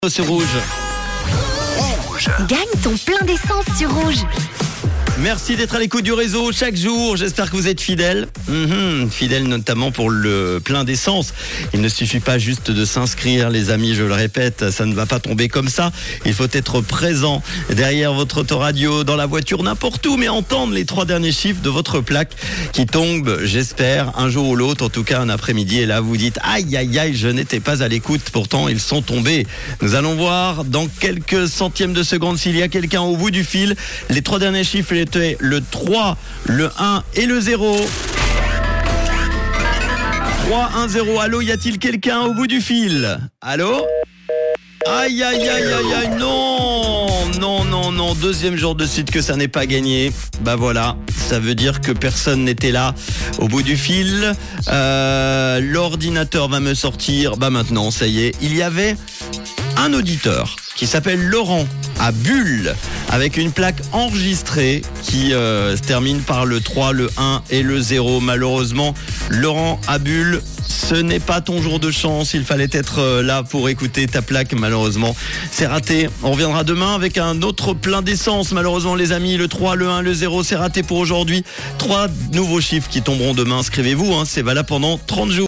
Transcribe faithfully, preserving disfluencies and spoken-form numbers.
C'est rouge. Rouge. Gagne ton plein d'essence sur Rouge. Merci d'être à l'écoute du réseau chaque jour. J'espère que vous êtes fidèles. Mmh, fidèles notamment pour le plein d'essence. Il ne suffit pas juste de s'inscrire, les amis, je le répète, ça ne va pas tomber comme ça. Il faut être présent derrière votre autoradio, dans la voiture, n'importe où, mais entendre les trois derniers chiffres de votre plaque qui tombent, j'espère, un jour ou l'autre, en tout cas un après-midi. Et là, vous dites, aïe, aïe, aïe, je n'étais pas à l'écoute. Pourtant, ils sont tombés. Nous allons voir dans quelques centièmes de seconde s'il y a quelqu'un au bout du fil. Les trois derniers chiffres étaient le trois, le un et le zéro. trois, un, zéro. Allô, y a-t-il quelqu'un au bout du fil? Allô? Aïe, aïe, aïe, aïe, aïe, non, non, non, non, deuxième jour de suite que ça n'est pas gagné. Bah voilà, ça veut dire que personne n'était là au bout du fil. Euh, l'ordinateur va me sortir, bah maintenant, ça y est, il y avait un auditeur qui s'appelle Laurent à Bulle, avec une plaque enregistrée qui euh, se termine par le trois, le un et le zéro. Malheureusement, Laurent à Bulle, ce n'est pas ton jour de chance. Il fallait être là pour écouter ta plaque. Malheureusement, c'est raté. On reviendra demain avec un autre plein d'essence. Malheureusement, les amis, le trois, le un, le zéro, c'est raté pour aujourd'hui. Trois nouveaux chiffres qui tomberont demain. Inscrivez-vous, hein, c'est valable pendant trente jours.